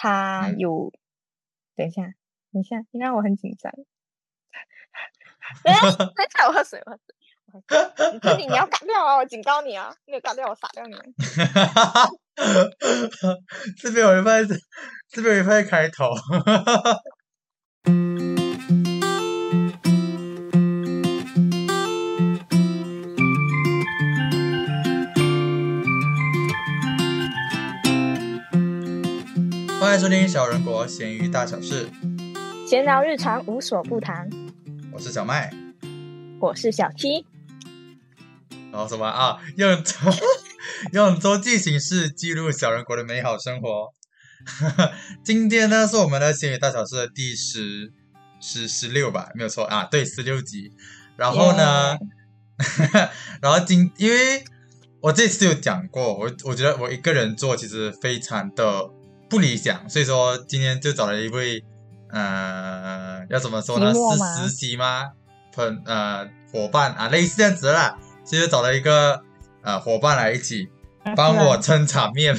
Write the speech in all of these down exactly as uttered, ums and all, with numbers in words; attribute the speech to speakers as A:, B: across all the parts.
A: 他有、嗯、等一下等一下你让我很紧张等一下等一下我喝水我喝水你这里你要干掉啊！我警告你啊！没有干掉我杀掉你。
B: 这边有一块，这边有一块开头。欢迎收听小人国闲鱼大小事，
A: 闲聊日常无所不谈。
B: 我是小麦，
A: 我是小七。
B: 然后什么啊？用周用周记形式记录小人国的美好生活。今天呢是我们的闲鱼大小事的第十十十六吧，没有错啊，对，十六集。然后呢， yeah. 然后今因为我这次有讲过，我我觉得我一个人做其实非常的不理想，所以说今天就找了一位呃，要怎么说呢？是实习吗？朋呃伙伴啊，类似这样子啦。所以就找了一个呃伙伴来一起帮我撑场面。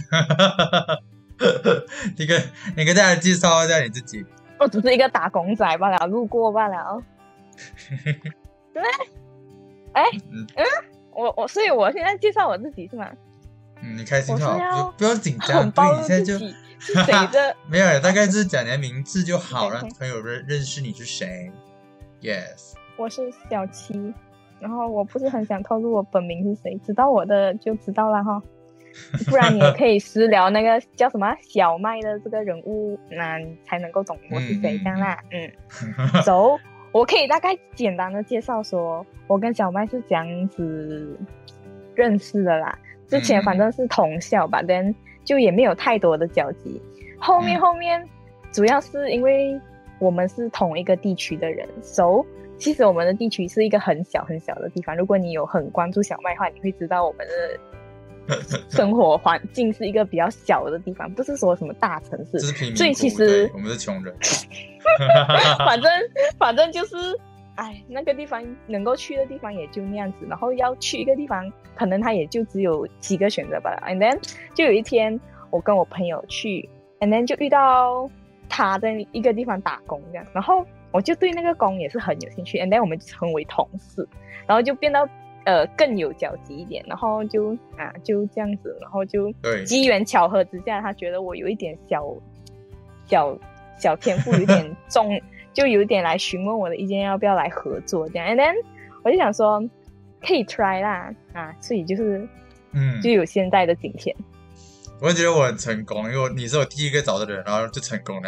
B: 你跟你跟大家介绍一下你自己。
A: 我只是一个打工仔罢了，路过罢了。对，哎，嗯，嗯我我所以我现在介绍我自己是吗？
B: 嗯，你开心就好，不用紧张。
A: 对，
B: 你现在就
A: 是谁的？
B: 没有，大概就是讲你的名字就好，让朋友认认识你是谁。Yes，
A: 我是小七。然后我不是很想透露我本名是谁，知道我的就知道了哈，不然你也可以私聊那个叫什么小麦的这个人物，那你才能够懂我是谁这样啦。嗯，嗯 so, 我可以大概简单的介绍说，我跟小麦是这样子认识的啦。之前反正是同校吧，但、嗯、就也没有太多的交集。后面后面主要是因为我们是同一个地区的人 ，so。其实我们的地区是一个很小很小的地方，如果你有很关注小麦的话，你会知道我们的生活环境是一个比较小的地方，不是说什么大城市，所以其实
B: 我们是穷人。
A: 反正反正就是哎，那个地方能够去的地方也就那样子，然后要去一个地方可能它也就只有几个选择吧。 And then 就有一天我跟我朋友去 And then 就遇到他在一个地方打工这样，然后我就对那个工也是很有兴趣 and then 我们就成为同事，然后就变到呃更有交集一点，然后就啊就这样子，然后就机缘巧合之下，他觉得我有一点小小小天赋，有点重，就有点来询问我的意见，要不要来合作这样 and then 我就想说可以 try 啦啊，所以就是嗯就有现在的今天。
B: 我觉得我很成功，因为你是我第一个找的人，然后就成功了。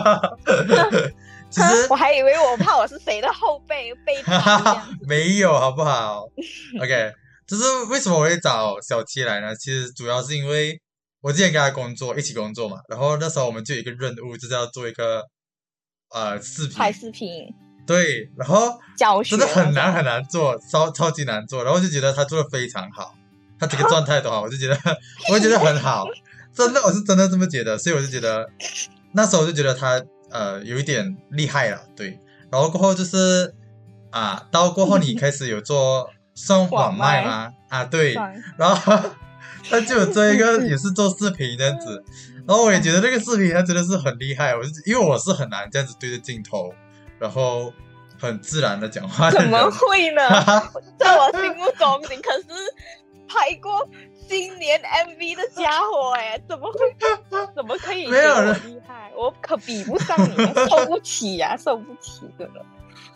B: 其实
A: 我还以为我怕我是谁的后辈被他
B: 没有好不好？OK， 就是为什么我会找小七来呢？其实主要是因为我之前跟他工作，一起工作嘛，然后那时候我们就有一个任务，就是要做一个呃视频，
A: 拍视频。
B: 对，然后
A: 教学
B: 真的很难很难做，超超级难做，然后就觉得他做的非常好。他整个状态都好，我就觉得，我就觉得很好，真的，我是真的这么觉得，所以我就觉得，那时候我就觉得他呃有一点厉害了，对。然后过后就是啊，到过后你开始有做送网卖吗？啊，对。然后他就有做一个也是做视频这样子，然后我也觉得那个视频他真的是很厉害，我就因为我是很难这样子对着镜头，然后很自然的讲话的人。
A: 怎么会呢？在我心目中，你可是拍过新年 M V 的家伙哎，怎么会？怎么可以？
B: 没有人
A: 厉害，我可比不上你，受不起呀、啊，受不起的了。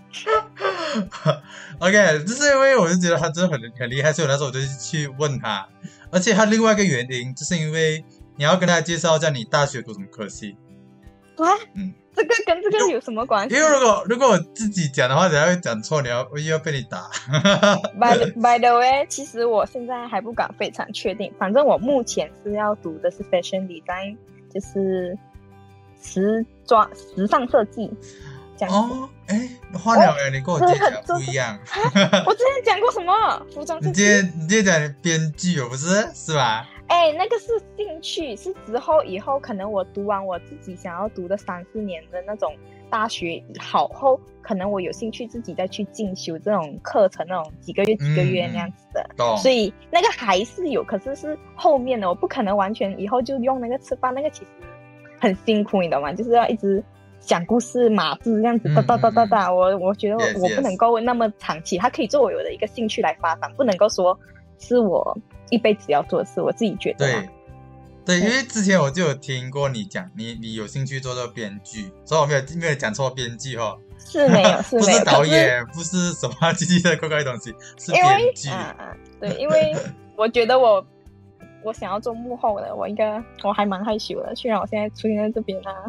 B: OK， 就是因为我就觉得他真的很很厉害，所以我那时候我就去问他，而且他另外一个原因就是因为你要跟他介绍一下你大学读什么科系。
A: 啊？嗯。这个跟这个有什么关系？
B: 因为如果如果我自己讲的话，等下会讲错，你要又要被你打。
A: by, by the way， 其实我现在还不敢非常确定，反正我目前是要读的是 fashion design， 就是时装时尚设计。这样子。哦，
B: 哎，换了哎，你跟我之前讲不一样。
A: 我之前讲过什么？服装设计。
B: 你今天你今天讲编剧哦，不是是吧？
A: 哎，那个是兴趣，是之后以后可能我读完我自己想要读的三四年的那种大学好后，可能我有兴趣自己再去进修这种课程，那种几个月几个月那样子的、
B: 嗯、
A: 所以那个还是有，可是是后面的，我不可能完全以后就用那个吃饭，那个其实很辛苦，你懂吗？就是要一直讲故事码字这样子，哒哒哒哒哒。我我觉得我,
B: yes,
A: 我不能够那么长期，它可以作为我的一个兴趣来发展，不能够说是我一辈子要做的事。我自己觉得。
B: 对。对，因为之前我就有听过你讲，你你有兴趣做这个编剧，所以我没有没有讲错编剧哈、哦，
A: 是没有是没有，
B: 不是导演，不是什么奇奇怪怪的东西，是编剧。
A: 啊啊，对，因为我觉得我我想要做幕后的，我应该我还蛮害羞的，虽然我现在出现在这边啊。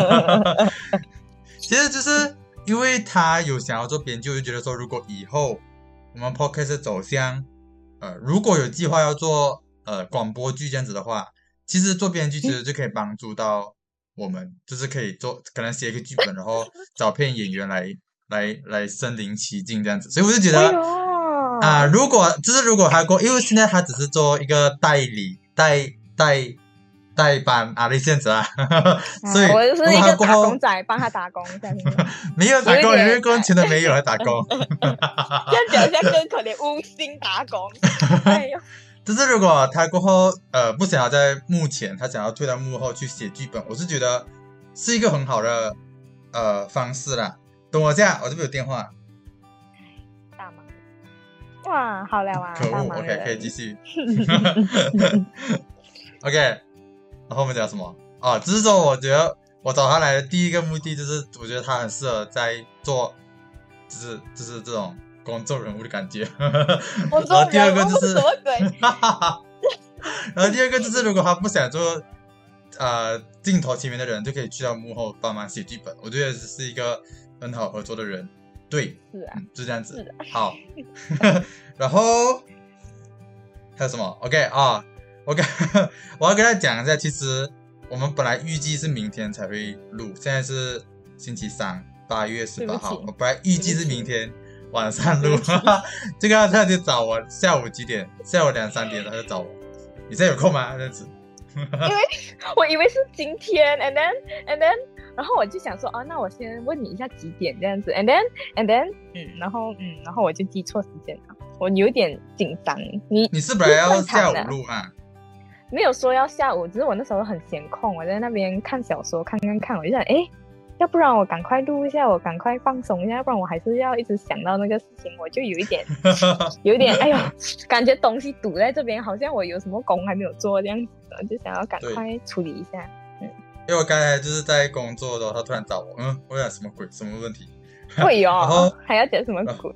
B: 其实就是因为他有想要做编剧，我就觉得说，如果以后我们 podcast 走向呃，如果有计划要做呃广播剧这样子的话。其实做编剧其实就可以帮助到我们，嗯、就是可以做，可能写一个剧本，然后找片演员来来来身临其境这样子。所以我就觉得啊、哎呃，如果就是如果他过，因为现在他只是做一个代理代代代班啊的线子啊，所以
A: 我就是一个打工仔，帮他打工一下。
B: 没有打工，因为工钱都没有还打工。
A: 这样讲一下更可怜，无心打工。哎呦。
B: 就是如果他过后呃不想要在幕前，他想要退到幕后去写剧本，我是觉得是一个很好的呃方式啦。等我一下，我这边有电话。
A: 大忙。哇，好聊啊！
B: 可恶 ，OK， 可以继续。OK， 然后我们讲什么？哦，只是说我觉得我找他来的第一个目的就是，我觉得他很适合在做，就是就是这种。公众人物的感觉，然后第二个就是
A: 什么鬼？
B: 然后第二个就是，如果他不想做呃镜头前面的人，就可以去到幕后帮忙写剧本。我觉得是一个很好合作的人，对，
A: 是啊，
B: 嗯、就这样子。
A: 是啊、
B: 好，然后还有什么 ？OK 啊，我跟我要跟他讲一下，其实我们本来预计是明天才会录，现在是星期三，八月十八号，我本来预计是明天。晚上录，这个他就找我，下午几点？下午两三点他就找我，你现在有空吗？这样子，
A: 因为我以为是今天 ，and then and then，然后我就想说，哦，那我先问你一下几点这样子 ，and then and then，嗯，然后嗯，然后我就记错时间了，我有点紧张。你
B: 你是本来要下午录啊？
A: 没有说要下午，只是我那时候很闲空，我在那边看小说，看看看，我就想，哎。要不然我赶快录一下，我赶快放松一下，要不然我还是要一直想到那个事情，我就有一点，有一点，哎呦，感觉东西堵在这边，好像我有什么工还没有做这样子的，就想要赶快处理一下。嗯，
B: 因为我刚才就是在工作的时候，他突然找我，嗯，我想什么鬼，什么问题？
A: 会哦，
B: 然后
A: 还要讲什么鬼？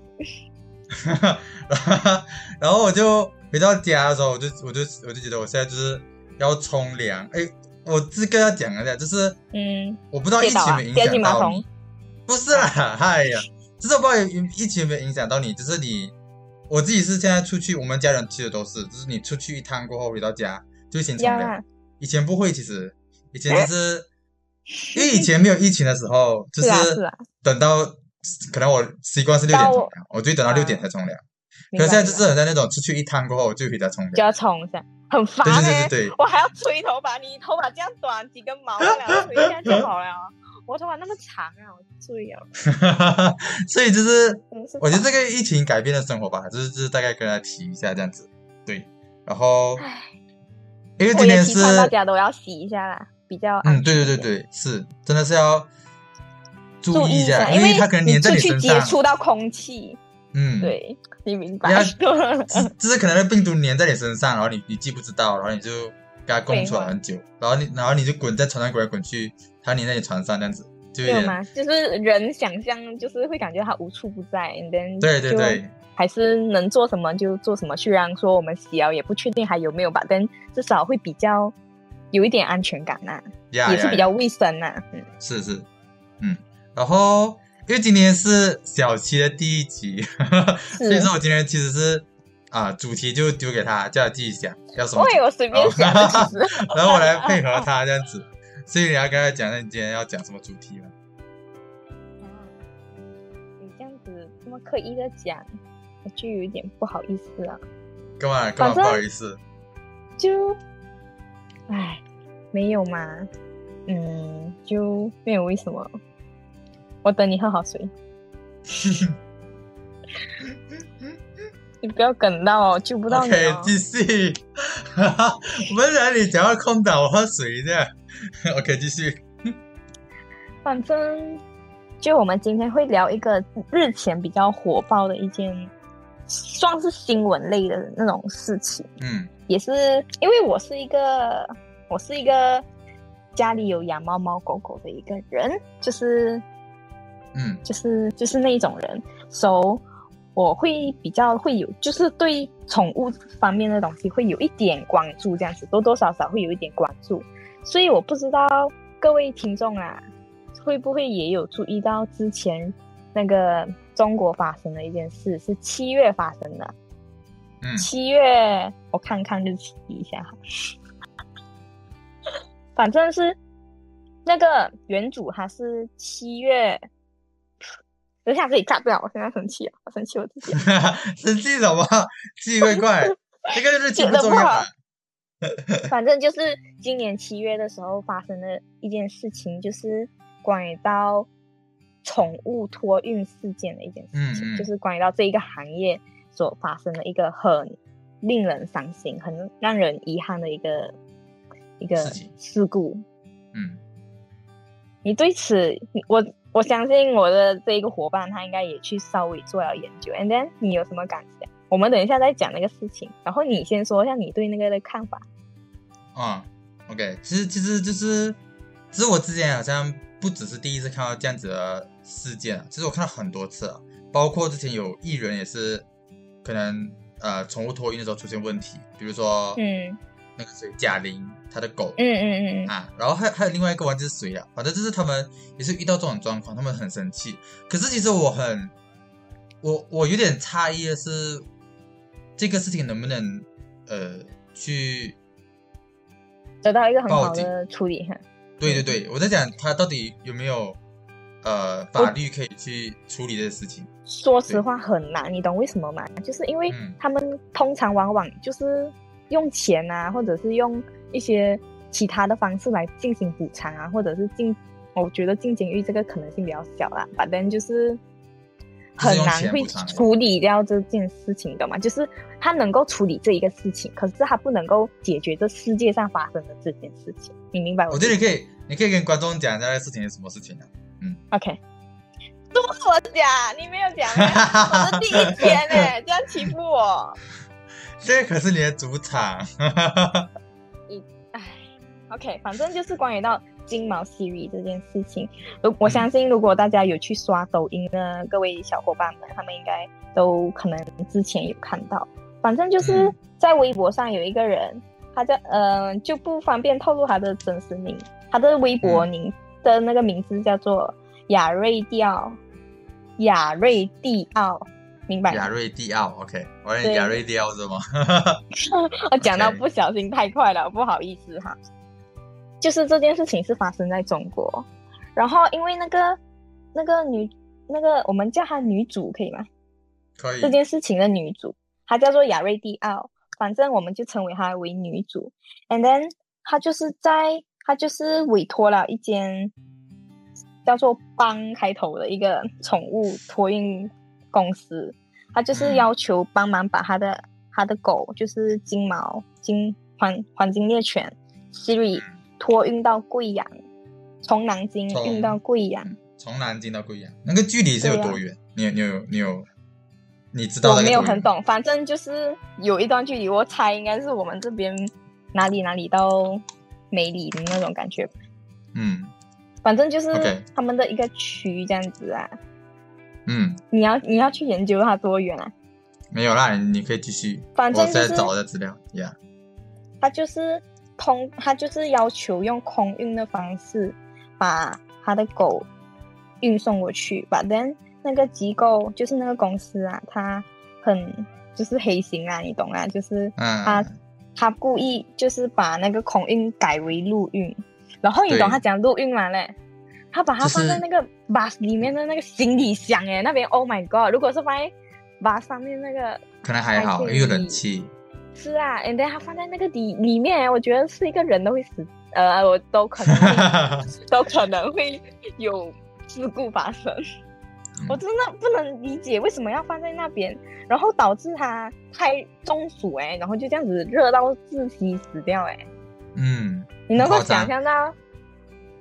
B: 然后我就回到家的时候，我就我就我就觉得我现在就是要冲凉，哎。我这个要讲一下，就是嗯，我不知道疫情有没有影响到你，不是啦，哎呀，就是我不知道疫情有没有影响到你，就是你，我自己是现在出去，我们家人其实都是，就是你出去一趟过后回到家就先冲凉，以前不会，其实以前就是，因为以前没有疫情的时候，就是等到可能我习惯是六点冲凉，我就等到六点才冲凉，可是现在就是很在那种出去一趟过后就回家冲凉，
A: 就要冲一下。很烦哎、欸，
B: 对对对对，
A: 我还要吹头发，你头发这样短，几根毛来吹一下就好了。我头发那么长啊，我吹啊。
B: 所以就是，我觉得这个疫情改变了生活吧，就是就是大概跟他提一下这样子，对。然后，因为今天是
A: 大家都要洗一下啦，比较
B: 嗯，对对对对，是真的是要注意一下，
A: 因
B: 为它可能粘在你身上，
A: 出去接触到空气。
B: 嗯，
A: 对，你明白。
B: 就是可能那病毒粘在你身上，然后你你既不知道，然后你就跟它共处了很久，然后你然后你就滚在床上滚来滚去，它粘在你床上这样子，就有
A: 点吗？就是人想象，就是会感觉它无处不在，
B: 对对对，
A: 还是能做什么就做什么。虽然说我们洗了也不确定还有没有吧，但至少会比较有一点安全感呐、啊，
B: yeah,
A: 也是比较卫生呐、啊。
B: 嗯，是是，嗯，然后。因为今天是小七的第一集，所以说我今天其实是啊、呃，主题就丢给他，叫他自己想要什么。
A: 对，我随便想的，其实。
B: 然后我来配合他这样子，所以你要跟他讲，那你今天要讲什么主题吗？
A: 啊，你这样子这么刻意的讲，我就有一点不好意思啊。
B: 干嘛？干嘛不好意思？
A: 就，唉，没有嘛，嗯，就没有为什么。我等你喝好水。你不要梗到哦，救不到你哦。
B: OK， 继续。我们哪里讲到空岛，我喝水一下。 OK， 继续。
A: 反正就我们今天会聊一个日前比较火爆的一件，算是新闻类的那种事情。
B: 嗯，
A: 也是因为我是一个我是一个家里有养猫猫狗狗的一个人，就是
B: 嗯，
A: 就是就是那一种人，所、so, 我会比较会有，就是对宠物方面的东西会有一点关注，这样子多多少少会有一点关注。所以我不知道各位听众啊，会不会也有注意到之前那个中国发生的一件事，是七月发生的。
B: 嗯，
A: 七月我看看日期一下，反正是那个原主他是七月，等一下自己炸不了，我现在生气了，我生气我自己。
B: 生气什么？气怪怪，这个日期不重要啊。
A: 反正就是今年七月的时候发生的一件事情，就是关于到宠物托运事件的一件事情，
B: 嗯嗯
A: 就是关于到这一个行业所发生的一个很令人伤心、很让人遗憾的一个一个事故。
B: 嗯，
A: 你对此，我我相信我的这一个伙伴他应该也去稍微做了研究 ，and then 你有什么感想？我们等一下再讲那个事情，然后你先说一下你对那个的看法。
B: 啊、嗯、，OK， 其实其实就是，其实我之前好像不只是第一次看到这样子的事件啊，其实我看到很多次啊，包括之前有艺人也是可能呃宠物托运的时候出现问题，比如说
A: 嗯
B: 那个谁贾玲她的狗，
A: 嗯嗯嗯
B: 啊，然后还还有另外一个忘记是谁啊，反正就是他们也是遇到这种状况，他们很生气。可是其实我很我我有点诧异的是，这个事情能不能呃去
A: 得到一个很好的处理哈。
B: 对对对，我在想他到底有没有呃法律可以去处理这个事情。
A: 说实话很难，你懂为什么吗？就是因为他们通常往往就是用钱啊，或者是用一些其他的方式来进行补偿啊，或者是进，我觉得进监狱这个可能性比较小啦。反正就是很难会处理掉这件事情的嘛，就是他能够处理这一个事情，可是他不能够解决这世界上发生的这件事情，你明白我？
B: 我觉得你可以，你可以跟观众讲一下这个事情是什么事情啊？嗯
A: ，OK， 都不是我讲，你没有讲，我的第一天哎，这样欺负我，
B: 这可是你的主场。
A: 唉 ，OK， 反正就是关于到金毛 Siri 这件事情，我相信如果大家有去刷抖音的各位小伙伴们，他们应该都可能之前有看到。反正就是在微博上有一个人，他叫呃就不方便透露他的真实名，他的微博名的那个名字叫做亚瑞蒂奥，亚瑞蒂奥，明白吗？
B: 亚瑞蒂奥 ，OK， 我问亚瑞蒂奥是吗？
A: 我讲到不小心太快了，不好意思哈。就是这件事情是发生在中国，然后因为那个那个女那个我们叫她女主可以吗？
B: 可以。
A: 这件事情的女主她叫做亚瑞蒂奥，反正我们就称为她为女主。And then 她就是在她就是委托了一间叫做帮开头的一个宠物托运公司，她就是要求帮忙把她的她的狗就是金毛金黄黄金猎犬 Siri。托运到贵阳，从南京运到贵阳，
B: 从南京到贵阳，那个距离是有多远？啊、你有你有你有你知道？
A: 我没有很懂，反正就是有一段距离，我猜应该是我们这边哪里哪里到梅里的那种感觉。
B: 嗯，
A: 反正就是他们的一个区这样子啊。
B: 嗯，
A: 你要你要去研究它多远啊？
B: 没有啦，你可以继续。
A: 反正、就是、
B: 我在找的资料呀。Yeah.
A: 它就是。空，他就是要求用空运的方式把他的狗运送过去，but then那个机构就是那个公司啊，他很就是黑心啊，你懂啊，就是他、嗯、他故意就是把那个空运改为陆运，然后你懂他讲陆运吗嘞？他把它放在那个 bus 里面的那个行李箱诶，那边 Oh my God， 如果是放在 bus 上面那个
B: 可能还好，因为有冷气。
A: 是啊 ，and then 它放在那个里里面，我觉得是一个人都会死，呃，我都可能会都可能会有事故发生。嗯、我真的不能理解为什么要放在那边，然后导致它太中暑哎、欸，然后就这样子热到窒息死掉哎、欸。
B: 嗯，
A: 你能够想象到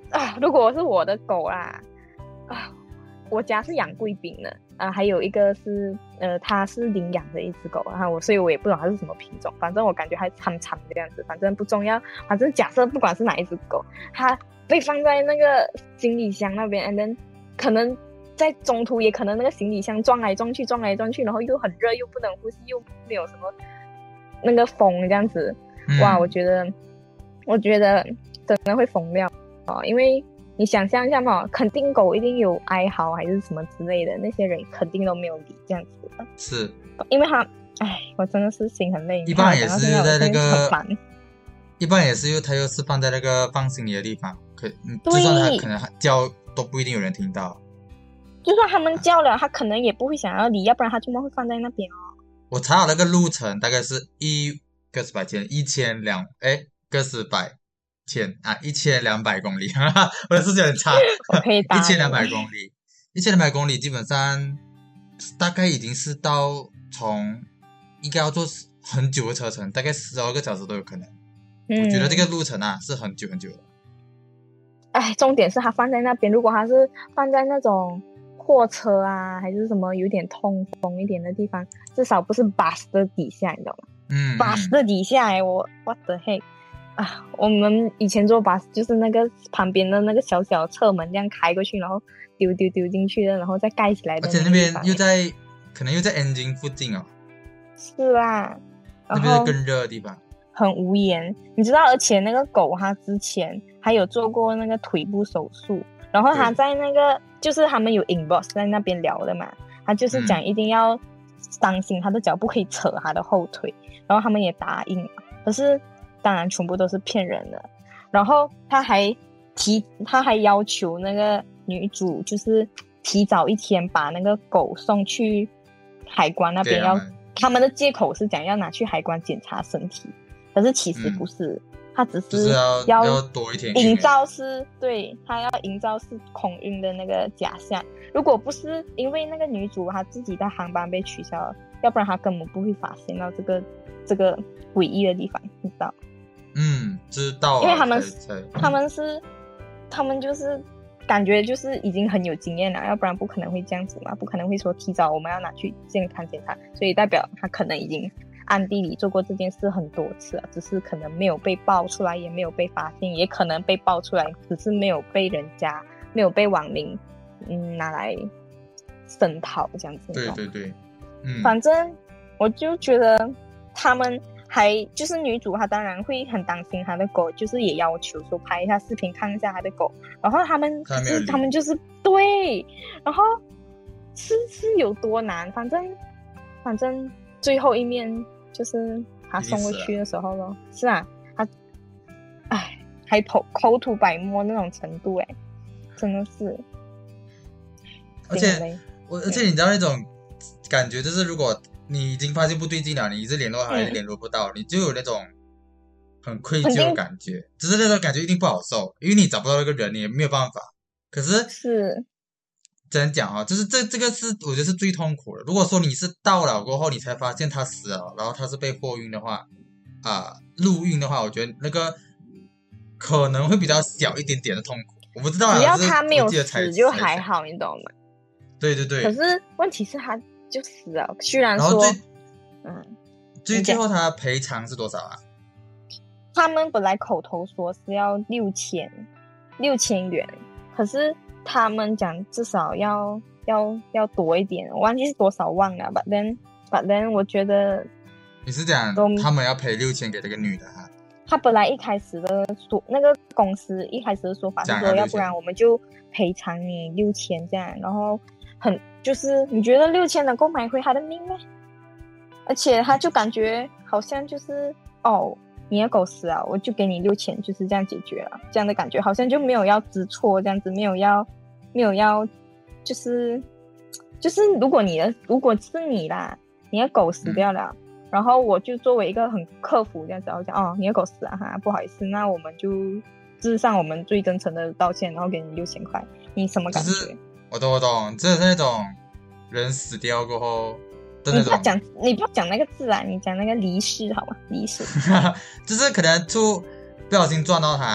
A: 啊，如果是我的狗啦，啊，我家是养贵宾的啊，还有一个是呃，它是领养的一只狗，然后我所以我也不懂它是什么品种，反正我感觉还长长的样子，反正不重要，反正假设不管是哪一只狗，它被放在那个行李箱那边 ，and then 可能在中途也可能那个行李箱撞来撞去，撞来撞去，然后又很热，又不能呼吸，又没有什么那个风这样子，嗯、哇，我觉得，我觉得真的会疯掉哦，因为你想象一下嘛，肯定狗一定有哀嚎还是什么之类的，那些人肯定都没有理这样子的，
B: 是，
A: 因为他，哎，我真的是心很累，
B: 一般也是在那个，
A: 很
B: 一般也是因为他又是放在那个放行李的地方，可就算他可能叫都不一定有人听到。
A: 就算他们叫了，他可能也不会想要理，要不然他怎么会放在那边哦？
B: 我查好那个路程大概是一个十百千一千两哎个十百千啊一千两百公里，哈哈，我的数学很差。一千两百公里，一千两百公里基本上大概已经是到从应该要坐很久的车程，大概十二个小时都有可能。嗯、我觉得这个路程啊是很久很久的。
A: 哎，重点是它放在那边，如果它是放在那种货车啊，还是什么有点通风一点的地方，至少不是 bus 的底下，你懂吗？嗯 ，bus 的底下哎、欸，我 what the heck 啊！我们以前坐 bus 就是那个旁边的那个小小侧门这样开过去，然后丢丢丢进去的，然后再盖起来的。
B: 而且那边又在可能又在 engine 附近哦。
A: 是啦，
B: 那边是更热的地方。
A: 很无言，你知道，而且那个狗它之前还有做过那个腿部手术，然后它在那个就是他们有 inbox 在那边聊的嘛，他就是讲一定要当心他的脚不可以扯他的后腿，然后他们也答应了，可是当然全部都是骗人的。然后他还提他还要求那个女主就是提早一天把那个狗送去海关那边，要他们的借口是讲要拿去海关检查身体。可是其实不是，嗯、他只是
B: 要
A: 要
B: 要多一天
A: 营造是，对，他要营造是空运的那个假象。如果不是因为那个女主她自己的航班被取消了，要不然她根本不会发现到这个这个诡异的地方，你知道？
B: 嗯，知道。
A: 因为他们他们是他们就是感觉就是已经很有经验了，要不然不可能会这样子嘛，不可能会说提早我们要拿去健康检查，所以代表他可能已经暗地里做过这件事很多次了，只是可能没有被爆出来，也没有被发现，也可能被爆出来，只是没有被人家没有被网民嗯拿来声讨这样子。
B: 对对对，嗯，
A: 反正我就觉得他们还就是女主她当然会很担心她的狗，就是也要求说拍一下视频看一下她的狗，然后他们就是他们就是对，然后是是有多难，反正反正最后一面。就是他送过去的时候咯，是啊，他，哎，还口口吐白沫那种程度，哎，真的是。
B: 而且我，而且你知道那种感觉，就是如果你已经发现不对劲了，你一直联络还是联络不到，嗯、你就有那种很愧疚的感觉，只是那种感觉一定不好受，因为你找不到那个人，你也没有办法。可是
A: 是。
B: 只能讲啊，就是这这个是我觉得是最痛苦的。如果说你是到了过后你才发现他死了，然后他是被货运的话，啊、呃，陆运的话，我觉得那个可能会比较小一点点的痛苦。我不知道，
A: 只要他没有死就还好，你懂吗？
B: 对对对。
A: 可是问题是他就死了，虽然说，
B: 然后最
A: 嗯，
B: 最最后他赔偿是多少啊？
A: 他们本来口头说是要六千六千元，可是。他们讲至少要要要多一点，我忘记是多少万了。But then, but then 我觉得
B: 你是讲他们要赔六千给这个女的哈？
A: 他本来一开始的说那个公司一开始的说法是说，要不然我们就赔偿你六千这样，然后很就是你觉得六千能够买回他的命吗？而且他就感觉好像就是哦。你的狗死了，我就给你六千，就是这样解决了。这样的感觉好像就没有要知错，这样子没有要，没有要，就是就是，如果你的如果是你啦，你的狗死掉了，嗯、然后我就作为一个很客服这样子，我讲哦，你的狗死了哈，不好意思，那我们就致上我们最真诚的道歉，然后给你六千块，你什么感觉？
B: 就是我懂我懂，这是那种人死掉过后。
A: 你不要讲，你不要讲那个字啊！你讲那个离世好吗？离世，
B: 就是可能就不小心撞到他，就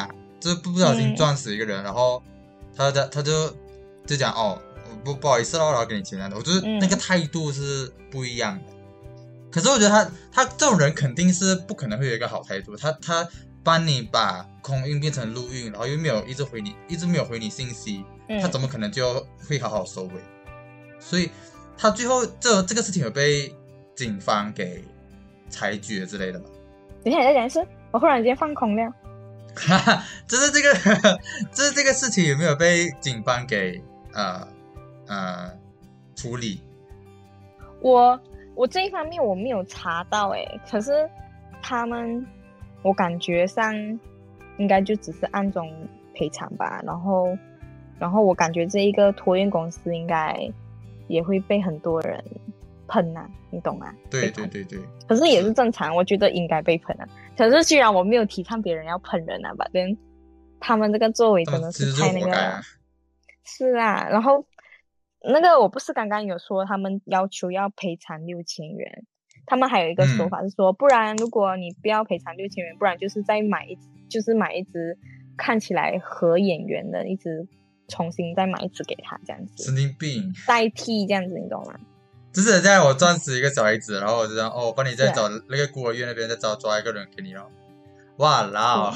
B: 就是不小心撞死一个人，嗯、然后他他他就就讲哦不不好意思咯，然后给你钱的，我就是那个态度是不一样的。嗯、可是我觉得他他这种人肯定是不可能会有一个好态度，他他帮你把空运变成陆运，然后又没有一直回你一直没有回你信息，嗯、他怎么可能就会好好收尾？所以他最后这这个事情有被警方给裁决之类的吗？
A: 等一下你再讲一次，我忽然间放空了。
B: 哈哈，就是这个，就是这个事情有没有被警方给呃呃处理？
A: 我我这一方面我没有查到哎，可是他们我感觉上应该就只是暗中赔偿吧，然后然后我感觉这一个托运公司应该也会被很多人喷啊，你懂吗？
B: 对对对对。
A: 可是也是正常，我觉得应该被喷啊。可是虽然我没有提倡别人要喷人啊，反正他们这个作为真的是太那个。啊、是啊，然后那个我不是刚刚有说他们要求要赔偿六千元，他们还有一个说法是说，嗯、不然如果你不要赔偿六千元，不然就是再买一就是买一只看起来合眼缘的一只，重新再买一只给他这样子。
B: 神经病。
A: 代替这样子，你懂吗？
B: 就是现在我撞死一个小孩子，然后我就这样哦，我帮你再找那个孤儿院那边再找抓一个人给你了。哇啦，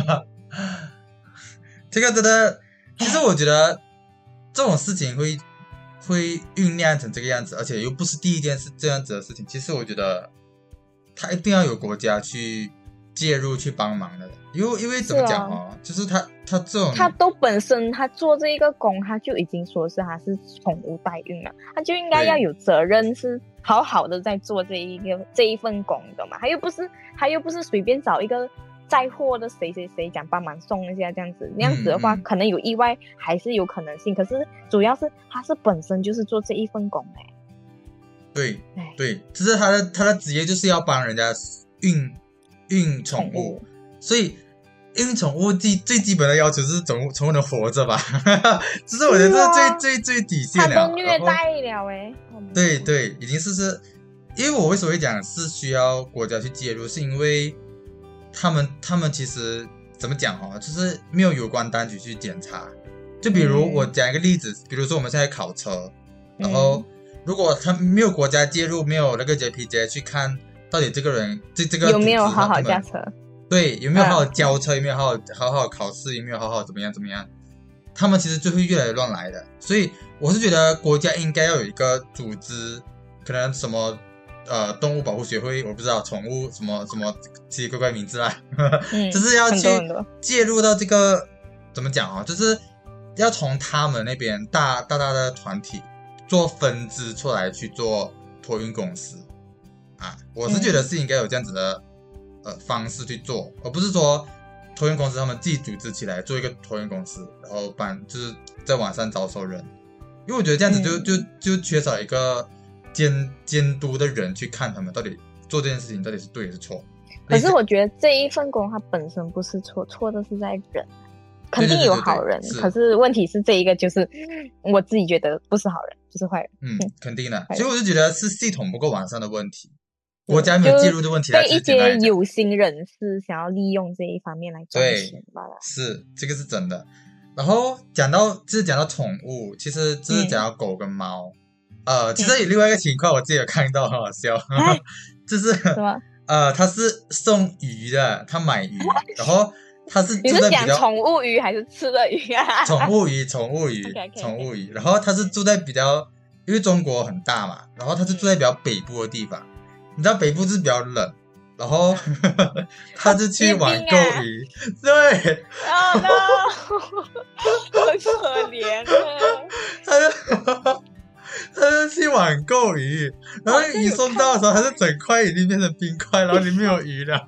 B: 这个真的，其实我觉得这种事情会会酝酿成这个样子，而且又不是第一件是这样子的事情。其实我觉得他一定要有国家去介入去帮忙的，因为因为怎么讲哦，啊、就是他他这种
A: 他都本身他做这一个工，他就已经说是他是宠物代孕了，他就应该要有责任，是好好的在做这一个这一份工的嘛。他又不是他又不是随便找一个载货的谁谁谁讲帮忙送一下这样子，那样子的话、嗯嗯、可能有意外还是有可能性，可是主要是他是本身就是做这一份工哎、欸。
B: 对对，就是他的他的职业就是要帮人家运运宠物，所以运宠物最最基本的要求是宠物宠物能活着吧，这是我觉得这是最、啊、最最底线了。
A: 他都虐待了哎、欸。
B: 对对，已经是是，因为我为什么会讲是需要国家去介入，是因为他们他们其实怎么讲哦，就是没有有关单局去检查。就比如我讲一个例子，嗯、比如说我们现在考车，然后如果他没有国家介入，没有那个 J P J 去看到底这个人这这个
A: 有没有好好驾车，
B: 对，有没有好好教车，有没有好好好好考试，有没有好好怎么样怎么样，他们其实就会越来越乱来的。所以我是觉得国家应该要有一个组织，可能什么呃动物保护协会，我不知道宠物什么什么奇奇怪怪名字啦，嗯、就是要去介入到这个怎么讲啊，就是要从他们那边大大大的团体做分支出来去做托运公司啊，我是觉得是应该有这样子的、嗯、呃方式去做，而不是说托运公司他们自己组织起来做一个托运公司，然后帮就是在网上招收人，因为我觉得这样子就、嗯、就就缺少一个监监督的人去看他们到底做这件事情到底是对还是错。
A: 可是我觉得这一份工它本身不是错，错的是在人。肯定有好人，
B: 对对对对，
A: 可是问题是这一个就是我自己觉得不是好人，就是坏人。
B: 嗯，肯定的。所以我就觉得是系统不够完善的问题，国家没有介入的问题。
A: 被一些有心人士想要利用这一方面来赚钱吧。
B: 是，这个是真的。然后讲到就是讲到宠物，其实就是讲到狗跟猫。嗯、呃，其实有另外一个情况，我自己有看到，很好笑，嗯、就是
A: 什么？
B: 呃，他是送鱼的，他买鱼，然后。他是
A: 你是讲宠物鱼还是吃的鱼啊？
B: 宠物鱼，宠物鱼， okay, okay, 宠物鱼。然后他是住在比较，因为中国很大嘛，然后他是住在比较北部的地方。你知道北部是比较冷，然后呵呵他就去网购鱼，啊、对。
A: Oh no， 很可怜啊。
B: 他就他就去网购鱼，然后鱼送到的时候，他是整块已经变成冰块，然后里面有鱼了。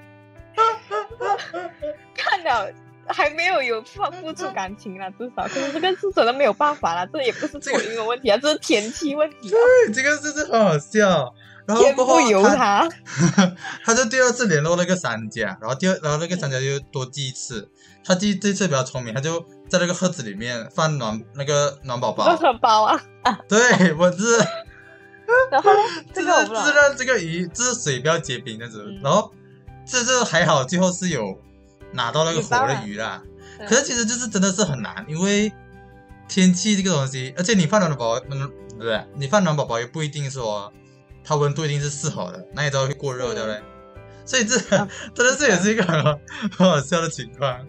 A: 看了还没有有付出感情啦，至少可是这个是真的没有办法啦，这也不是托运的问题啊，这是天气问题、啊、
B: 对，这个真是很好笑。然后
A: 天不由他
B: 他就第二次联络那个商家，然后第二然后那个商家就多寄一次，他寄这次比较聪明，他就在那个盒子里面放暖那个暖宝宝
A: 暖包啊，
B: 对，我是
A: 然后呢
B: 这个就是让这个鱼就是水不要结冰这样子、嗯、然后这这还好，最后是有拿到那个活的鱼啦， 可是其实就是真的是很难，因为天气这个东西，而且你放暖宝宝，嗯，对不对？你放暖宝宝也不一定说它温度一定是适合的，那你知道会过热，对不对？所以这、啊、真的是也是一个很好很好笑的情况。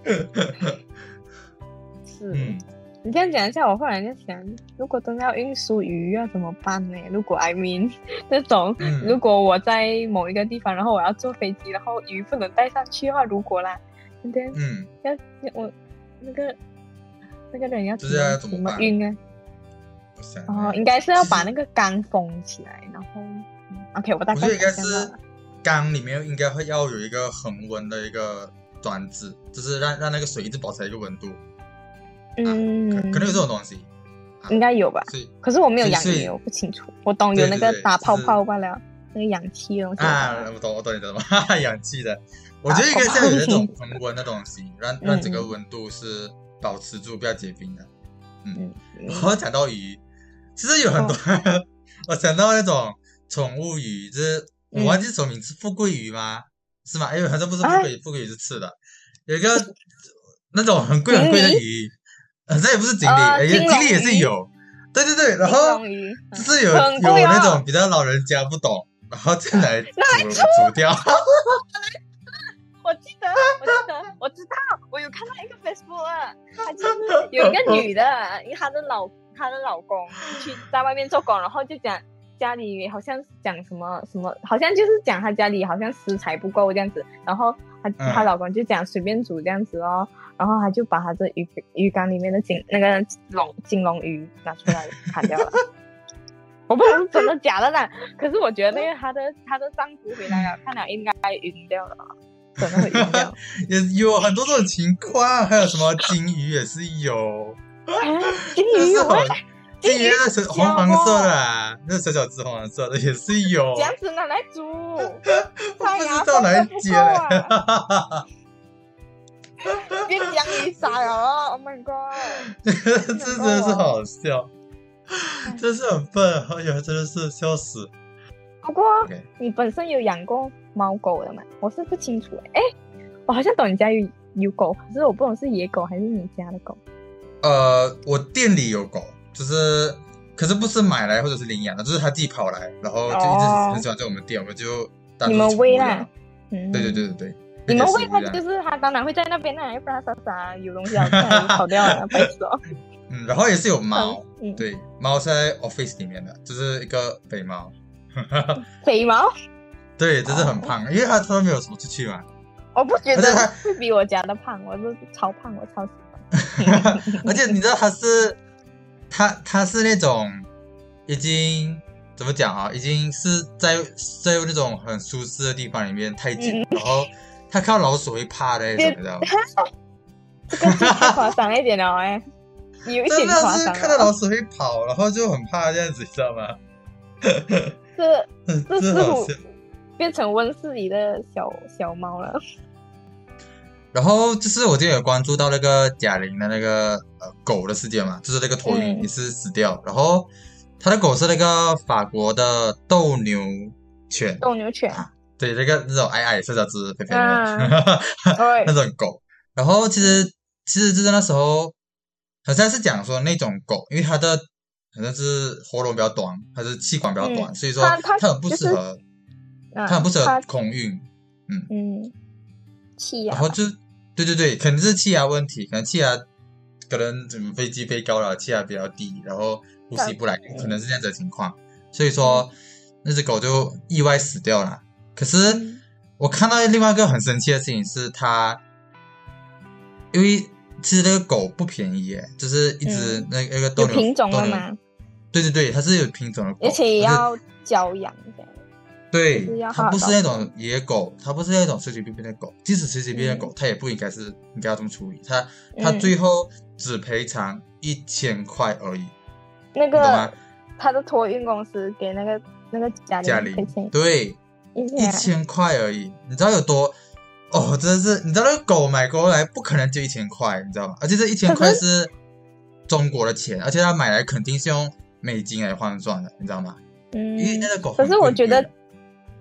A: 是，嗯、你这样讲一下，我后来在想，如果真的要运输鱼要怎么办呢？如果 I mean 那种、嗯，如果我在某一个地方，然后我要坐飞机，然后鱼不能带上去的话，如果啦，嗯，要我那个那个人要怎么怎么运呢？哦，应该是要把那个缸封起来，然后、嗯、，OK， 我大概
B: 我觉得应该是缸里面应该会要有一个恒温的一个端子，就是让让那个水一直保持在一个温度。嗯，啊、可, 可能有这种东西，
A: 啊、应该有吧？可是我没有养鱼，我不清楚。我懂有那个打泡泡罢了，那个氧气的东西。
B: 啊，我懂，我懂你的什么氧气的。我觉得应该是要有那种恒温的东西，让让整个温度是保持住，不要结冰的。嗯，然后讲到鱼，其实有很多，哦、我想到那种宠物鱼，就是我忘记什么名字，富贵鱼吗？是吗？哎，好像不是富贵鱼，富贵鱼是吃的，有一个那种很贵很贵的鱼。好像也不是锦鲤，呃、锦鲤也是有，对对对，然后就是有、嗯、有那种比较老人家不懂，然后再来煮煮掉。
A: 我记得，我记得，我知道，我有看到一个 Facebook， 他就是有一个女的，因为她的老她的老公去在外面做工，然后就讲家里好像讲什么什么，好像就是讲她家里好像食材不够这样子，然后她她、嗯、老公就讲随便煮这样子哦。然后他就把他的鱼鱼缸里面的金那个龙金龙鱼拿出来砍掉了。我不知道是真的假的啦，可是我觉得那个他的他的丈夫回来了，看了应该晕掉了，真的会晕掉。
B: 也有很多这种情况，还有什么金鱼也是有。
A: 啊、金鱼有吗？
B: 金鱼那是红黄色的、啊，那小小只红黄色的也是有。
A: 这样子拿来煮，
B: 我不知道哪一节了。
A: 变江鱼沙了 ！Oh my god！
B: 这真的是好笑，真是很笨，哎呀，真的是笑死。
A: 不过、okay. 你本身有养过猫狗的吗？我是不清楚哎、欸，我好像懂你家有有狗，可是我不懂是野狗还是你家的狗。
B: 呃，我店里有狗，就是可是不是买来或者是领养的，就是他自己跑来，然后就一直很喜欢在我们店，我们就当
A: 你们喂啦。
B: 嗯，对对对对对。
A: 你们喂它，就是它当然会在那边啊，要不然它傻傻有东西要看，跑掉了，白痴哦。
B: 嗯，然后也是有猫，嗯、对，猫是在 office 里面的，就是一个肥猫。
A: 肥猫？
B: 对，就是很胖，哦、因为它它没有什么出去嘛。
A: 我不觉得它会比我家的胖，我是超胖，我超喜
B: 欢。而且你知道它是，它它是那种已经怎么讲啊？已经是在在那种很舒适的地方里面太紧，嗯、然后。他看到老鼠会怕的那种，你知道吗？
A: 这个太夸张一点了哎、欸，有一点夸张。
B: 真的是看到老鼠会跑，然后就很怕这样子，你知道吗？
A: 这这似乎变成温室里的小小猫了。
B: 然后就是我今天有关注到那个贾玲的那个呃狗的事件嘛，就是那个托运也是死掉，嗯、然后他的狗是那个法国的斗牛犬，
A: 斗牛犬。啊
B: 对，那个那种矮矮小小只肥肥的、啊、那种狗，然后其实其实就是那时候好像是讲说那种狗，因为它的好像是喉咙比较短，它是气管比较短，嗯、所以说它很不适合，它、就是、很不适合空运，嗯
A: 嗯，气压，
B: 然后就对对对，可能是气压问题，可能气压可能怎么飞机飞高了，气压比较低，然后呼吸不来，嗯、可能是这样子的情况，所以说、嗯、那只狗就意外死掉了。可是我看到另外一个很生气的事情是它，因为其实那个狗不便宜耶，就是一只、嗯、那那个斗牛
A: 有品种的吗？
B: 对对对，它是有品种的狗，
A: 而且也要教养这样。
B: 对，它不是那种野狗，它不是那种随随便便的狗，即使随随便便的狗，它、嗯、也不应该是应该要这么处理。它它最后只赔偿一千块而已。
A: 那个他的托运公司给那个那个家里赔钱，
B: 对。一千块而已，你知道有多？哦，真的是，你知道那个狗买过来不可能就一千块，你知道吗？而且这一千块是中国的钱，而且他买来肯定是用美金来换算的，你知道吗？
A: 嗯，
B: 因为那个狗
A: 可是我觉得，
B: 嗯，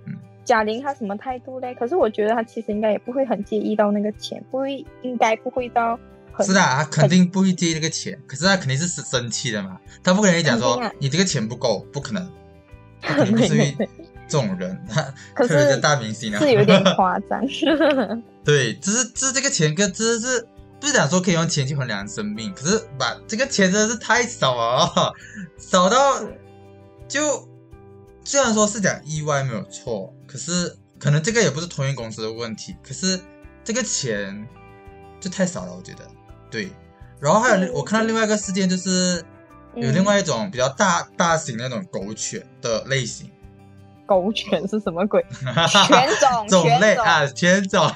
A: 贾玲她什么态度嘞？可是我觉得她其实应该也不会很介意到那个钱，不会，应该不会到很。
B: 是啊，她肯定不会介意那个钱，可是她肯定是生气的嘛。她不可能讲说、啊、你这个钱不够，不可能，她肯定不是这种人。
A: 可是
B: 是大明星啊，
A: 是有点夸张。
B: 对，只是只是这个钱跟只是不是讲说可以用钱去衡量生命，可是把这个钱真的是太少了，少到就。虽然说是讲意外没有错，可是可能这个也不是托运公司的问题，可是这个钱就太少了，我觉得。对，然后还有我看到另外一个事件，就是有另外一种比较大、嗯、大型的那种狗犬的类型。
A: 狗犬是什么鬼？犬种
B: 种类啊，犬种。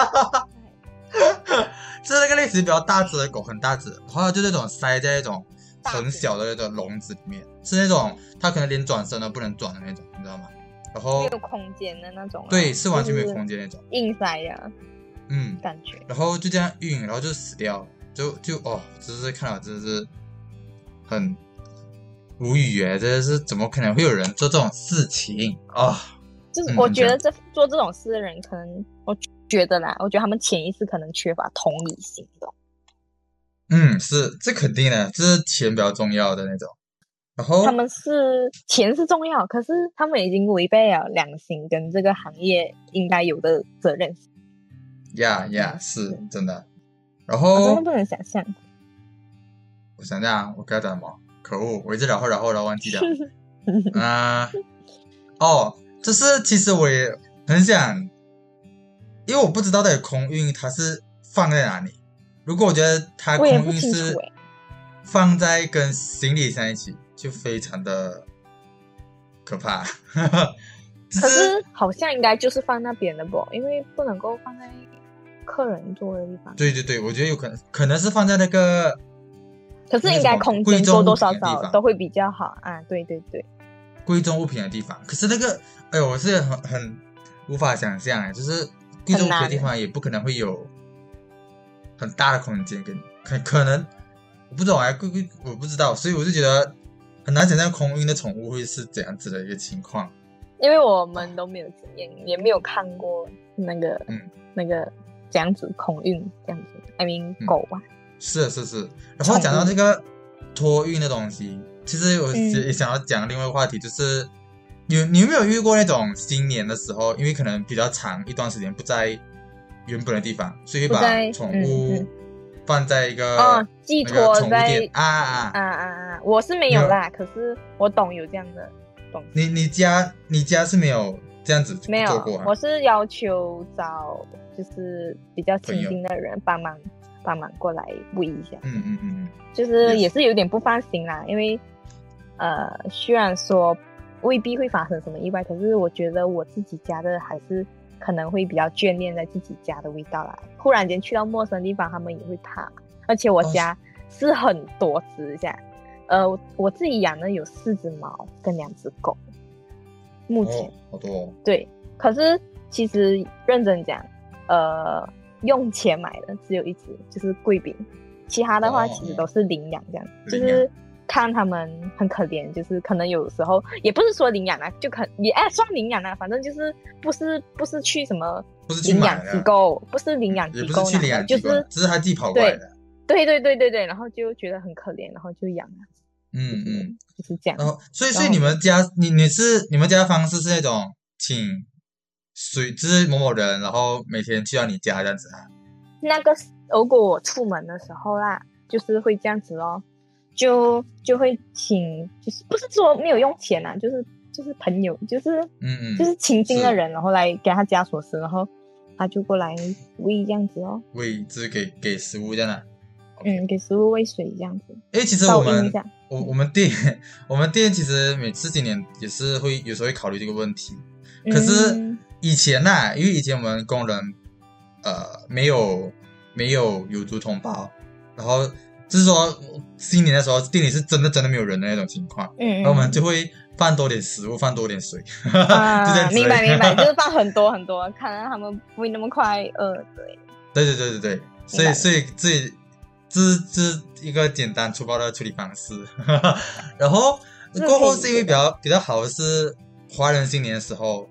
B: 是那个类型比较大只的狗，很大只，然后就那种塞在那种很小的那种笼子里面，是那种它可能连转身都不能转的那种，你知道吗？然后
A: 没有空间的那种、啊，
B: 对，是完全没有空间那种，
A: 硬塞的，
B: 嗯，
A: 感觉。
B: 然后就这样运，然后就死掉，就就哦，真是看了真的是很无语耶，真的是怎么可能会有人做这种事情啊？哦、
A: 就是我觉得这、嗯、做这种事的人，可能我觉得啦，我觉得他们潜意识可能缺乏同理心的。
B: 嗯，是，这肯定的，这是钱比较重要的那种。然后
A: 他们是钱是重要，可是他们已经违背了良心跟这个行业应该有的责任。
B: 呀呀，是真的。然后
A: 我真的不能想象。
B: 我想想，我该讲什么？可恶，我一直然后然后然后忘记了。啊、呃，哦，就是其实我也很想，因为我不知道到底空运它是放在哪里。如果我觉得它空运是放在跟行李箱一起，就非常的可怕。
A: 可是好像应该就是放那边的不，因为不能够放在客人坐的地方。
B: 对对对，我觉得有可能，可能是放在那个。
A: 可是应该空间多多少少都会比较好啊！对对对，
B: 贵重物品的地方。可是那个，哎呦，我是很很无法想象哎，就是贵重物品的地方也不可能会有很大的空间给你，可可能我不懂哎，贵贵我不知道，所以我就觉得很难想象空运的宠物会是怎样子的一个情况。
A: 因为我们都没有经验，也没有看过那个嗯那个这样子空运这样子 ，I mean 狗啊。嗯
B: 是是是，然后讲到这个托运的东西，其实我也想要讲另外一个话题，就是、嗯、你你有没有遇过那种新年的时候，因为可能比较长一段时间不在原本的地方，所以会把宠物放在一个、
A: 嗯嗯、寄托在
B: 啊啊
A: 啊啊啊！我是没有啦，可是我懂有这样的东西。
B: 你你家你家是没有这样子做过、啊？
A: 没有，我是要求找就是比较亲近的人帮忙。帮忙过来喂一下，
B: 嗯嗯嗯，
A: 就是也是有点不放心啦，因为呃，虽然说未必会发生什么意外，可是我觉得我自己家的还是可能会比较眷恋在自己家的味道啦。忽然间去到陌生地方，他们也会怕，而且我家是很多只下，呃，我自己养的有四只猫跟两只狗，目前、
B: 哦、好多、哦，
A: 对，可是其实认真讲，呃。用钱买的只有一只，就是贵宾，其他的话其实都是领养这样、哦、就是看他们很可怜，就是可能有时候也不是说领养啊，就可也哎算领养啊，反正就是不是不是去什么领养机构，不是领养机构，
B: 也不是去领养机构，就是只是他自己跑过来的，
A: 对对对对对，然后就觉得很可怜，然后就养了，
B: 嗯嗯，
A: 就是这样。
B: 然后所以所以你们家你你是你们家的方式是那种请。水就是某某人，然后每天去到你家这样子啊。
A: 那个如果我出门的时候啦，就是会这样子咯，就就会请，就是不是说没有用钱啊，就是就是朋友，就是
B: 嗯嗯，
A: 就是亲近的人，然后来给他家锁匙，然后他就过来喂这样子哦。
B: 喂，就是给给食物这样啊。
A: 嗯，给食物喂水这样子。
B: 哎，其实我们我我们店我们店其实每次今年也是会有时候会考虑这个问题，可是。嗯以前呐、啊，因为以前我们工人呃没有没有有族同胞，然后就是说新年的时候店里是真的真的没有人的那种情况，嗯，然后我们就会放多点食物，放多点水，
A: 啊、
B: 就这样子。
A: 明白明白，就是放很多很多，看来他们不会那么快饿，对。
B: 对对对对对，所以所以所以这是一个简单粗暴的处理方式，然后过后是因为比较比较好的是华人新年的时候。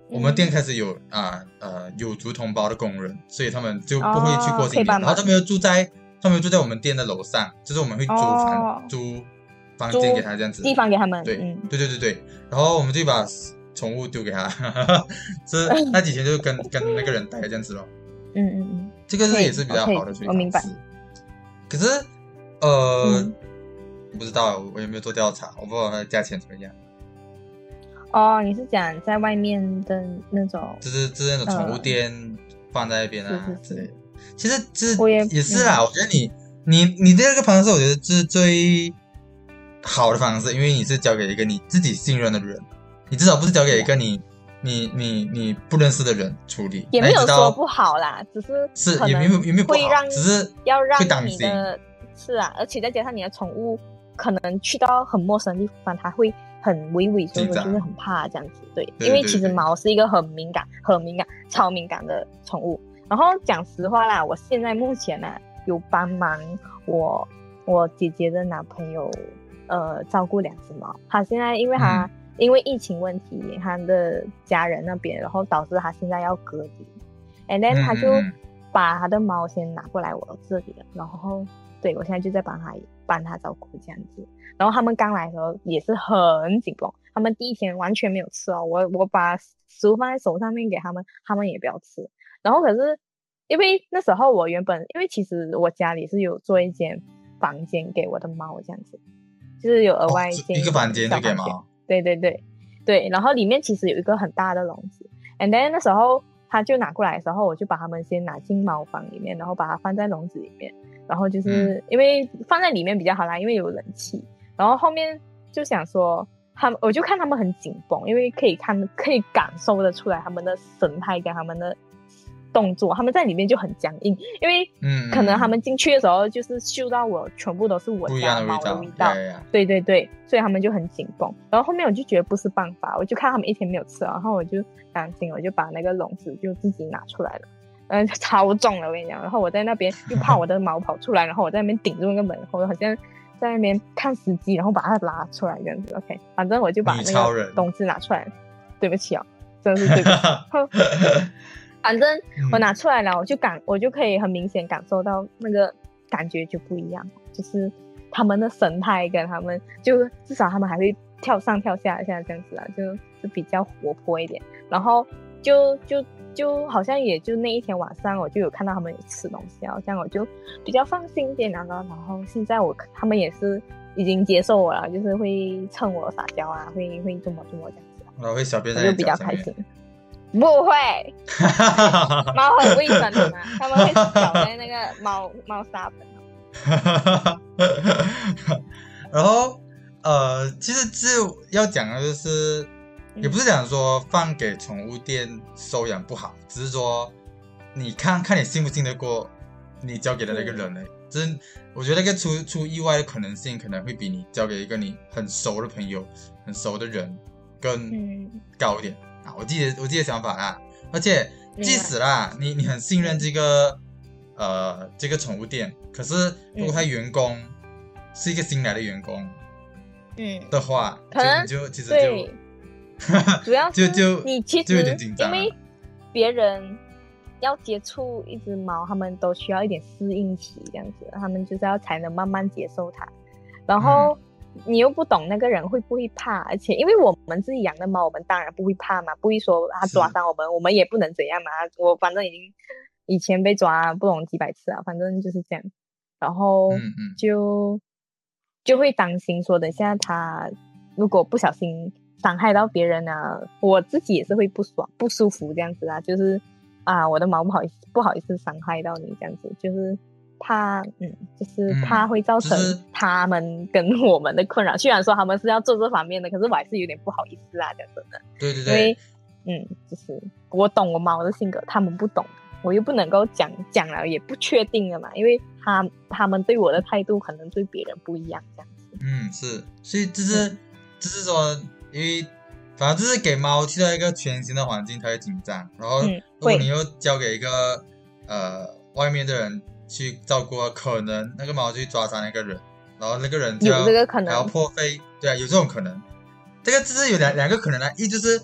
B: 我们店开始有啊 呃, 呃有族同胞的工人，所以他们就不会去过新年，
A: 哦、
B: 然后他们又住在他们又住在我们店的楼上，就是我们会租房、哦、租房间给他这样子，
A: 地方给他们，
B: 对、
A: 嗯、
B: 对对对对，然后我们就把宠物丢给他，是那几天就跟跟那个人待这样子咯。
A: 嗯嗯嗯，
B: 这个是也是比较好的处理方式。
A: 我明白。
B: 可是呃、
A: 嗯，
B: 不知道我有没有做调查，我不知道它的价钱怎么样。
A: 哦，你是讲在外面的那种，
B: 就是就是那种宠物店放在那边啊、呃、之类的。其实这
A: 我也
B: 也是啦、嗯，我觉得你你你这个方式，我觉得是最好的方式，因为你是交给一个你自己信任的人，你至少不是交给一个你你你你不认识的人处理。
A: 也没有说不好啦，只是
B: 是也没有也没有不好，只是
A: 要让
B: 会担心。
A: 是啊，而且再加上你的宠物可能去到很陌生的地方，它会很畏畏缩缩，就是很怕这样子。对，
B: 对对对，
A: 因为其实猫是一个很敏感、很敏感、超敏感的宠物。然后讲实话啦，我现在目前啊有帮忙我我姐姐的男朋友呃照顾两只猫。他现在因为他、嗯、因为疫情问题，他的家人那边，然后导致他现在要隔离。And then 他就把他的猫先拿过来我这里了，然后对我现在就在帮他帮他照顾这样子。然后他们刚来的时候也是很紧绷，他们第一天完全没有吃哦，我我把食物放在手上面给他们，他们也不要吃。然后可是因为那时候我原本因为其实我家里是有做一间房间给我的猫这样子，就是有额外一间、
B: 哦、一个房间就给猫，
A: 对对对对，然后里面其实有一个很大的笼子。 and then 那时候他就拿过来的时候，我就把他们先拿进猫房里面，然后把它放在笼子里面，然后就是、嗯、因为放在里面比较好啦，因为有冷气。然后后面就想说他们，我就看他们很紧绷，因为可以看可以感受得出来他们的神态跟他们的动作，他们在里面就很僵硬，因为可能他们进去的时候就是嗅到我全部都是我家猫的味道，对对对，所以他们就很紧绷。然后后面我就觉得不是办法，我就看他们一天没有吃，然后我就担心，我就把那个笼子就自己拿出来了，嗯，超重了我跟你讲。然后我在那边又怕我的猫跑出来，然后我在那边顶住那个门，然后好像在那边看时机，然后把它拉出来这样子。 OK， 反正我就把那个笼子拿出来，对不起哦，真的是对不起反正我拿出来了，我就感我就可以很明显感受到那个感觉就不一样，就是他们的神态跟他们就至少他们还会跳上跳下一下这样子啊，就就比较活泼一点。然后就就就好像也就那一天晚上我就有看到他们有吃东西啊，这样我就比较放心一点。然后然后现在我他们也是已经接受我了，就是会蹭我撒娇啊，会会这么这么这样子、啊，
B: 然后会小便在
A: 我就比较开心。不会猫很卫生的嘛，他们会倒在那个猫猫砂盆
B: 然后呃其实是要讲的就是也不是讲说放给宠物店收养不好，只是说你看看你信不信得过你交给的那个人呢、嗯、就是我觉得那个出出意外的可能性可能会比你交给一个你很熟的朋友很熟的人更高一点、嗯啊、我自己的我自己的想法啦。而且即使啦你你很信任这个呃这个宠物店，可是如果他员工是一个新来的员工嗯的话，可能就其实就
A: 主要是
B: 就就
A: 你其实
B: 就有点紧张，
A: 因为别人要接触一只猫，他们都需要一点适应期这样子，他们就是要才能慢慢接受它。然后、嗯、你又不懂那个人会不会怕，而且因为我们自己养的猫，我们当然不会怕嘛，不会说他抓伤我们，我们也不能怎样嘛。我反正已经以前被抓不懂几百次啊，反正就是这样。然后就、嗯嗯、就会担心说，等一下他如果不小心伤害到别人啊，我自己也是会不爽不舒服这样子啊，就是啊我的猫不好意思不好意思伤害到你这样子，就是怕嗯就是怕会造成他们跟我们的困扰、嗯、虽然说他们是要做这方面的，可是我还是有点不好意思啦，讲真的。
B: 对对对，
A: 因为嗯就是我懂我猫的性格，他们不懂，我又不能够讲讲了也不确定了嘛，因为他他们对我的态度可能对别人不一样这样子。嗯
B: 是，所以就是就是、嗯、说因为反正就是给猫去到一个全新的环境它会紧张，然后如果你又交给一个、嗯、呃外面的人去照顾，可能那个猫就去抓伤那个人，然后那个人就要
A: 有这个可能
B: 还要破费，对啊有这种可能。这个就是有两两个可能啦，一就是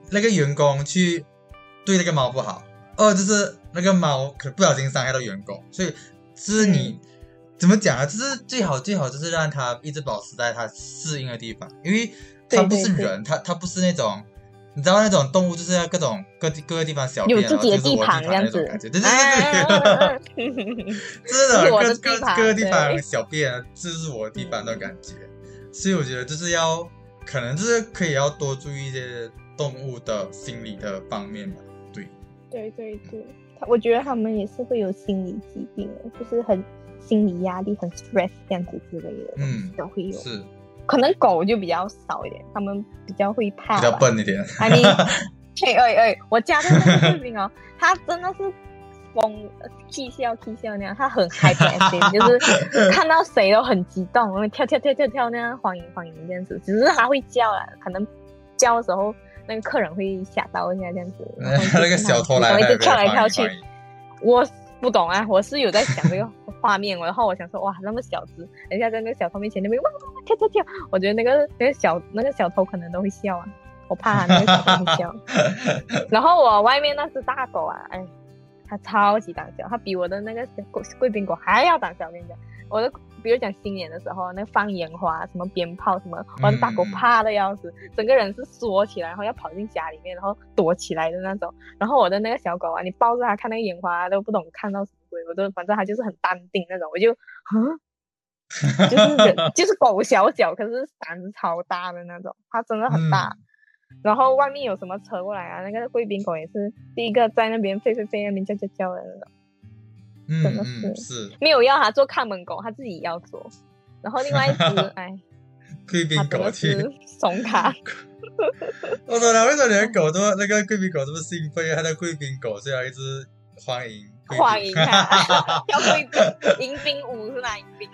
B: 那个员工去对那个猫不好，二就是那个猫可不小心伤害到员工，所以就是你、嗯、怎么讲啊？就是最好最好就是让它一直保持在它适应的地方，因为它不是人，
A: 对对对
B: 它它不是那种。你知道那种动物就是要各种各各个地方小便，
A: 有自己的地盘
B: 这样子，对对对对，
A: 啊、
B: 真的各各各个地方小便，这是我的地盘的感觉。嗯、所以我觉得就是要，可能就是可以要多注意一些动物的心理的方面吧。对，
A: 对对对，我觉得他们也是会有心理疾病的，就是很心理压力、很 stress 这样子之类的，嗯，都会有。
B: 是。
A: 可能狗就比较少一点，他们比较会怕，
B: 比较笨一点。
A: I mean， 哎哎哎，我家的那个贵宾哦，他真的是疯，k 笑 k 笑那样，他很 hyperactive， 就是看到谁都很激动，跳跳跳跳跳那样，欢迎欢迎这样子。只是他会叫啦，可能叫的时候那个客人会吓到一下这样子。
B: 那个小偷来，
A: 一直跳来跳去，我。不懂啊，我是有在想这个画面，然后我想说，哇，那么小只，人家在那个小偷面前那边哇跳跳跳，我觉得那个那个小那个小偷可能都会笑啊，我怕他那个小偷会笑。然后我外面那只大狗啊，哎，它超级胆小，它比我的那个贵宾狗还要胆小。我跟你讲，我的比如讲新年的时候，那个放烟花、什么鞭炮什么，我的大狗怕的要死，嗯、整个人是缩起来，然后要跑进家里面，然后躲起来的那种。然后我的那个小狗啊，你抱着它看那个烟花都不懂看到什么鬼，我都反正它就是很淡定那种，我就嗯，就是人就是狗小小，可是胆子超大的那种，它真的很大。嗯、然后外面有什么车过来啊，那个贵宾狗也是第一个在那边飞飞飞那边叫叫叫的那种。
B: 嗯、
A: 真的是、
B: 嗯、是
A: 没有要他做看门狗，他自己要做。然后另外一只，哎，
B: 贵宾狗
A: 是怂卡。
B: 我懂了，为什么你的狗都那个贵宾狗这么兴奋？它的贵宾狗是要一直欢迎
A: 欢迎他，要贵宾迎宾舞是哪迎宾？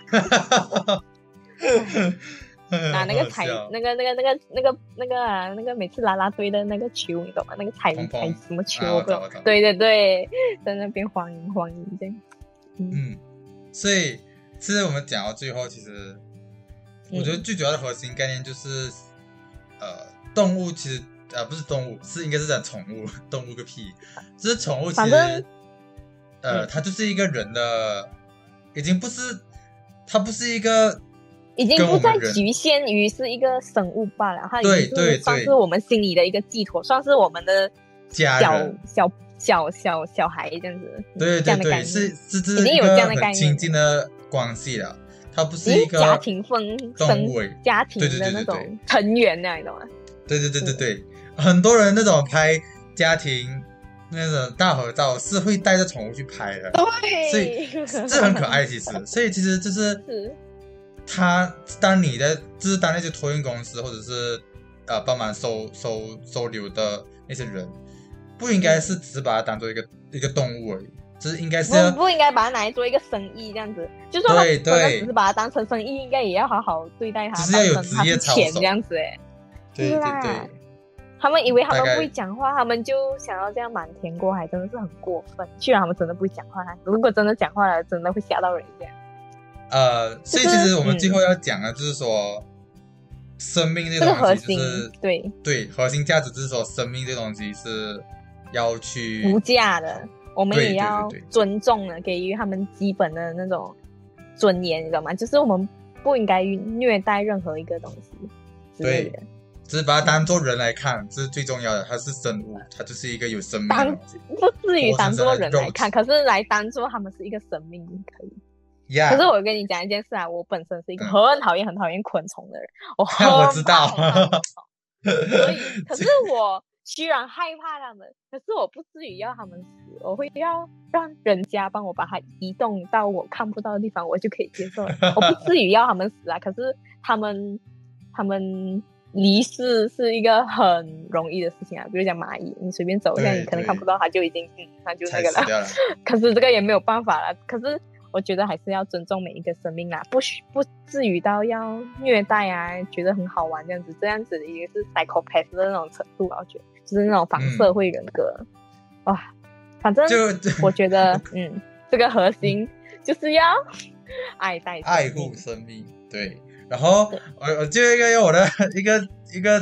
A: 拿那个彩，那个那个那个那个那个啊，那个每次啦啦队的那个球，你懂吗？那个彩彩什么球？
B: 啊、我
A: 对对对，在那边欢迎欢迎这样。
B: 嗯，嗯所以其实我们讲到最后，其实我觉得最主要的核心概念就是，嗯、呃，动物其实呃不是动物，是应该是讲宠物，动物个屁，就是宠物其实，呃，它就是一个人的，已经不是，它不是一个。
A: 已经不再局限于是一个生物罢了，它已经是算是我们心里的一个寄托，算是我们的小小小小小孩这样子。
B: 对对对，是是是已经有这样的概念，亲近的关系了。它不是一个
A: 家庭风
B: 动物，
A: 家庭的那种成员那，你懂吗？
B: 对对对对对，很多人那种拍家庭那种大合照是会带着宠物去拍的，
A: 对，
B: 所以这很可爱其实，所以其实就是是。他当你的就是当那些托运公司或者是呃帮忙收收收留的那些人，不应该是只是把它当做一个一个动物而已，就是应该是
A: 不不应该把它拿来做一个生意这样子，就说对对，只是把它当成生意，应该也要好好对待它，
B: 就是要有职业操守
A: 这样子哎，
B: 对对对，
A: 他们以为他们不会讲话，他们就想要这样瞒天过海，真的是很过分。居然他们真的不会讲话，如果真的讲话了，真的会吓到人这样。
B: 呃，所以其实我们最后要讲的就是说，嗯、生命这东西就是、
A: 这个、对
B: 对核心价值，就是说生命这东西是要去
A: 无价的，我们也要尊重的，给予他们基本的那种尊严，你知道吗？就是我们不应该虐待任何一个东西之类的。
B: 只是把它当做人来看，这是最重要的。它是生物，它就是一个有生命的东西。
A: 不至于当做人来看，可是来当做他们是一个生命可以。Yeah. 可是我跟你讲一件事啊，我本身是一个很讨厌、很讨厌昆虫的人，我很
B: 我知道，
A: 所以，可是我虽然害怕他们，可是我不至于要他们死，我会要让人家帮我把它移动到我看不到的地方，我就可以接受了。我不至于要他们死啊，可是他们他们离世是一个很容易的事情啊，比如讲蚂蚁，你随便走一下，你可能看不到它就已经嗯，它就那个了。了可是这个也没有办法了，可是。我觉得还是要尊重每一个生命啦，不不至于到要虐待啊，觉得很好玩这样子，这样子也是 psychopath 的那种程度吧，我觉得就是那种反社会人格。哇、嗯，反正我觉得，嗯，这个核心就是要爱戴
B: 爱护生命，对。然后我我就一个用我的一个一个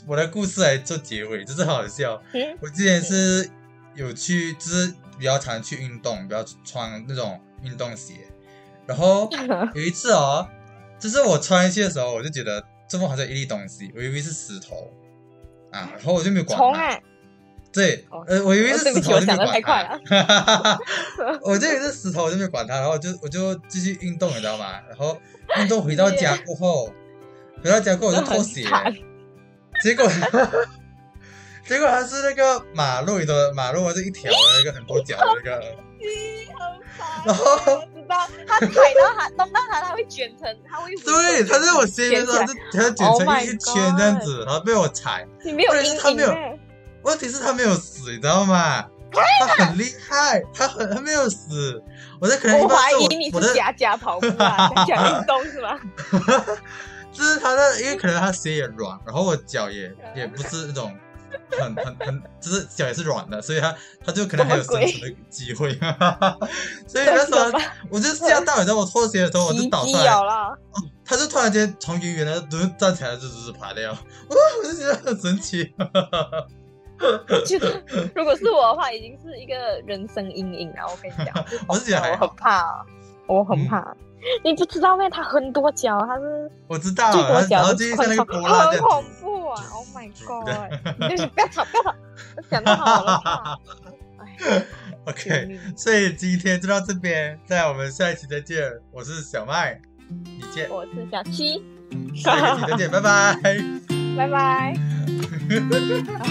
B: 我的故事来做结尾，就是很好笑。
A: 嗯，
B: 我之前是有去，就是比较常去运动，比较穿那种运动鞋。然后有一次哦，就是我穿去的时候，我就觉得这边好像有一粒东西，我以为是石头啊，然后我就没有管它。
A: 虫啊！
B: 对，呃，我以为是石头，
A: 我
B: 我就没有管
A: 它。
B: 我就以为是石头，我就没有管它，然后就我就继续运动，你知道吗？然后运动回到家过后，回到家过后我就脱鞋，结果结果它是那个马路，你的马路是一条的那个很多角的那个，然后
A: 知道它踩到它弄到它，它会卷成，它会
B: 对，它在我鞋面上，它它卷成一圈这样子，然后被我踩。
A: 你没有阴影。
B: 问题是他没有死，你知道吗？他很厉害，他很他没有死。我在可能
A: 我怀疑你是假假跑步啊，假假运动是吗？
B: 就是他的，因为可能他鞋也软，然后我脚也也不是那种很很很，就是脚也是软的，所以他他就可能还有生存的机会。所以那时候我就吓到，你知道我脱鞋的时候我就倒出来，哦，他就突然间从远远的蹲站起来，就只是爬掉，我就觉得很神奇。
A: 我觉得如果是我的话，已经是一个人生阴影了。我跟你讲，
B: 我是觉得还
A: 好，我很怕，我很怕。嗯、你不知道咩？它很多角，它是
B: 我知道，
A: 最多角，
B: 然后就像那个波浪
A: 很恐怖啊 ！Oh my god！ 你就是不要吵，不要吵，想到好了怕。
B: OK， 所以今天就到这边，在我们下一期再见。我是小麦，你见。
A: 我是小七，
B: 下一期再见，拜拜，
A: 拜拜。